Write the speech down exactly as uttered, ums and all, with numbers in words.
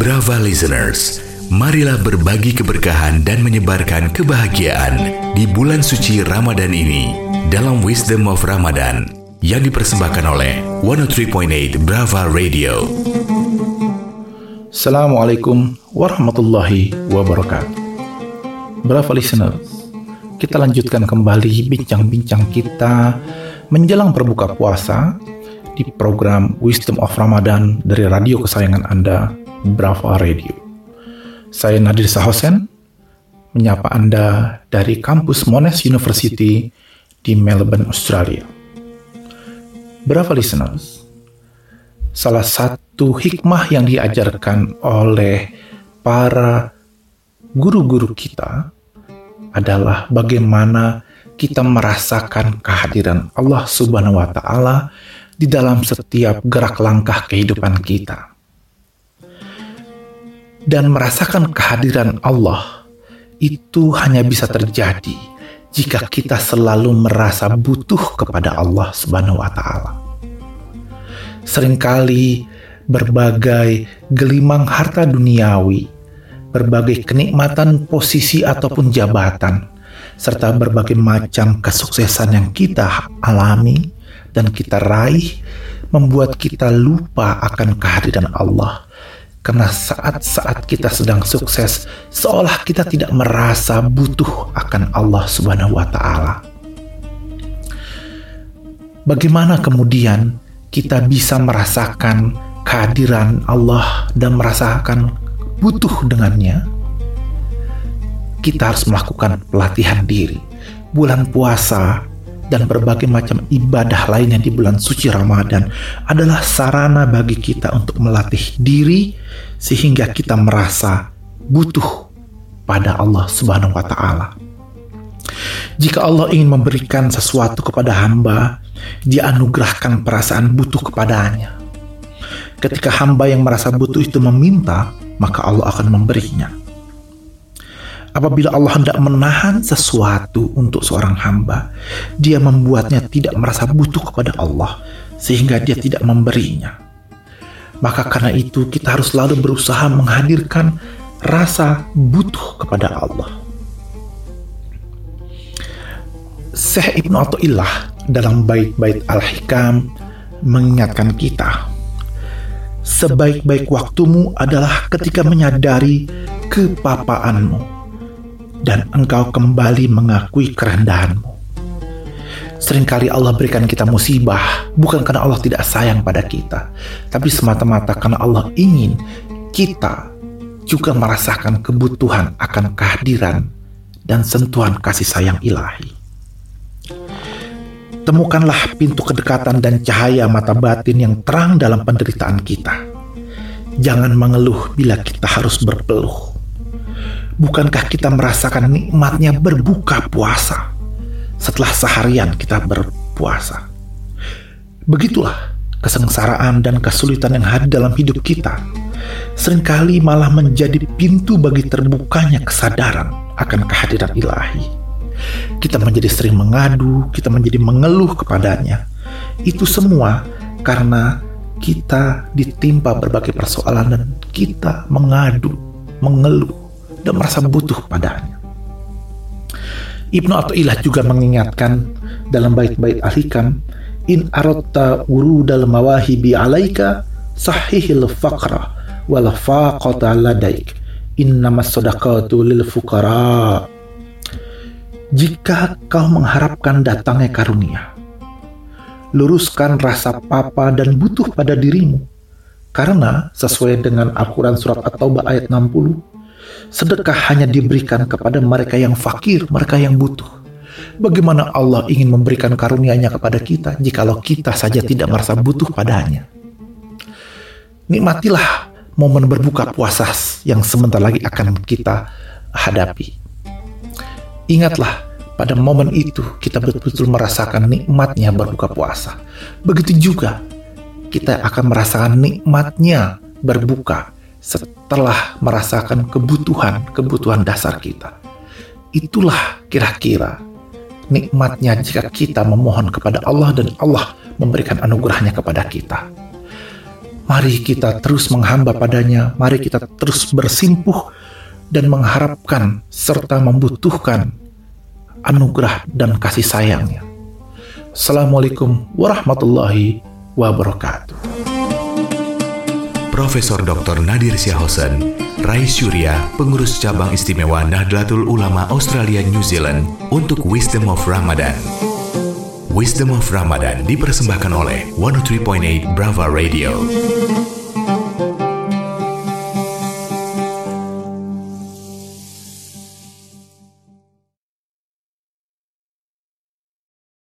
Brava listeners, marilah berbagi keberkahan dan menyebarkan kebahagiaan di bulan suci Ramadan ini dalam Wisdom of Ramadan yang dipersembahkan oleh seratus tiga koma delapan Brava Radio. Assalamualaikum warahmatullahi wabarakatuh. Brava listeners, kita lanjutkan kembali bincang-bincang kita menjelang berbuka puasa di program Wisdom of Ramadan dari radio kesayangan Anda, Brava Radio. Saya Nadir Sahosen, menyapa Anda dari kampus Monash University di Melbourne, Australia. Brava listeners, salah satu hikmah yang diajarkan oleh para guru-guru kita adalah bagaimana kita merasakan kehadiran Allah Subhanahu wa Ta'ala di dalam setiap gerak langkah kehidupan kita. Dan merasakan kehadiran Allah itu hanya bisa terjadi jika kita selalu merasa butuh kepada Allah Subhanahu wa Ta'ala. Seringkali berbagai gelimang harta duniawi, berbagai kenikmatan posisi ataupun jabatan, serta berbagai macam kesuksesan yang kita alami dan kita raih membuat kita lupa akan kehadiran Allah. Karena saat-saat kita sedang sukses, seolah kita tidak merasa butuh akan Allah Subhanahu wa Ta'ala. Bagaimana kemudian kita bisa merasakan kehadiran Allah dan merasakan butuh dengannya? Kita harus melakukan pelatihan diri. Bulan puasa dan berbagai macam ibadah lainnya di bulan suci Ramadan adalah sarana bagi kita untuk melatih diri sehingga kita merasa butuh pada Allah Subhanahu wa Ta'ala. Jika Allah ingin memberikan sesuatu kepada hamba, Dia anugerahkan perasaan butuh kepadanya. Ketika hamba yang merasa butuh itu meminta, maka Allah akan memberinya. Apabila Allah hendak menahan sesuatu untuk seorang hamba, Dia membuatnya tidak merasa butuh kepada Allah, sehingga Dia tidak memberinya. Maka karena itu kita harus selalu berusaha menghadirkan rasa butuh kepada Allah. Syekh Ibnu Athaillah dalam bait-bait Al-Hikam mengingatkan kita, sebaik-baik waktumu adalah ketika menyadari kepapaanmu dan engkau kembali mengakui kerendahanmu. Seringkali Allah berikan kita musibah bukan karena Allah tidak sayang pada kita, tapi semata-mata karena Allah ingin kita juga merasakan kebutuhan akan kehadiran dan sentuhan kasih sayang ilahi. Temukanlah pintu kedekatan dan cahaya mata batin yang terang dalam penderitaan kita. Jangan mengeluh bila kita harus berpeluh. Bukankah kita merasakan nikmatnya berbuka puasa setelah seharian kita berpuasa? Begitulah kesengsaraan dan kesulitan yang hadir dalam hidup kita seringkali malah menjadi pintu bagi terbukanya kesadaran akan kehadiran ilahi. Kita menjadi sering mengadu, kita menjadi mengeluh kepadanya. Itu semua karena kita ditimpa berbagai persoalan dan kita mengadu, mengeluh, dan merasa butuh padanya. Ibnu Athaillah juga mengingatkan dalam bait-bait Al-Hikam, in aradta urudal mawahibi alaika sahihil faqra wal faqata ladaik innamas sadaqatu lil fuqara. Jika kau mengharapkan datangnya karunia, luruskan rasa papa dan butuh pada dirimu, karena sesuai dengan Al-Quran surat At-Taubah ayat enam puluh, sedekah hanya diberikan kepada mereka yang fakir, mereka yang butuh. Bagaimana Allah ingin memberikan karunia-Nya kepada kita jikalau kita saja tidak merasa butuh padanya? Nikmatilah momen berbuka puasa yang sebentar lagi akan kita hadapi. Ingatlah, pada momen itu kita betul-betul merasakan nikmatnya berbuka puasa. Begitu juga kita akan merasakan nikmatnya berbuka setelah merasakan kebutuhan-kebutuhan dasar kita. Itulah kira-kira nikmatnya jika kita memohon kepada Allah dan Allah memberikan anugerahnya kepada kita. Mari kita terus menghamba padanya, mari kita terus bersimpuh dan mengharapkan serta membutuhkan anugerah dan kasih sayangnya. Assalamualaikum warahmatullahi wabarakatuh. Profesor Doktor Nadir Syahosen, Rais Syuriah, Pengurus Cabang Istimewa Nahdlatul Ulama Australia New Zealand untuk Wisdom of Ramadan. Wisdom of Ramadan dipersembahkan oleh seratus tiga koma delapan Brava Radio.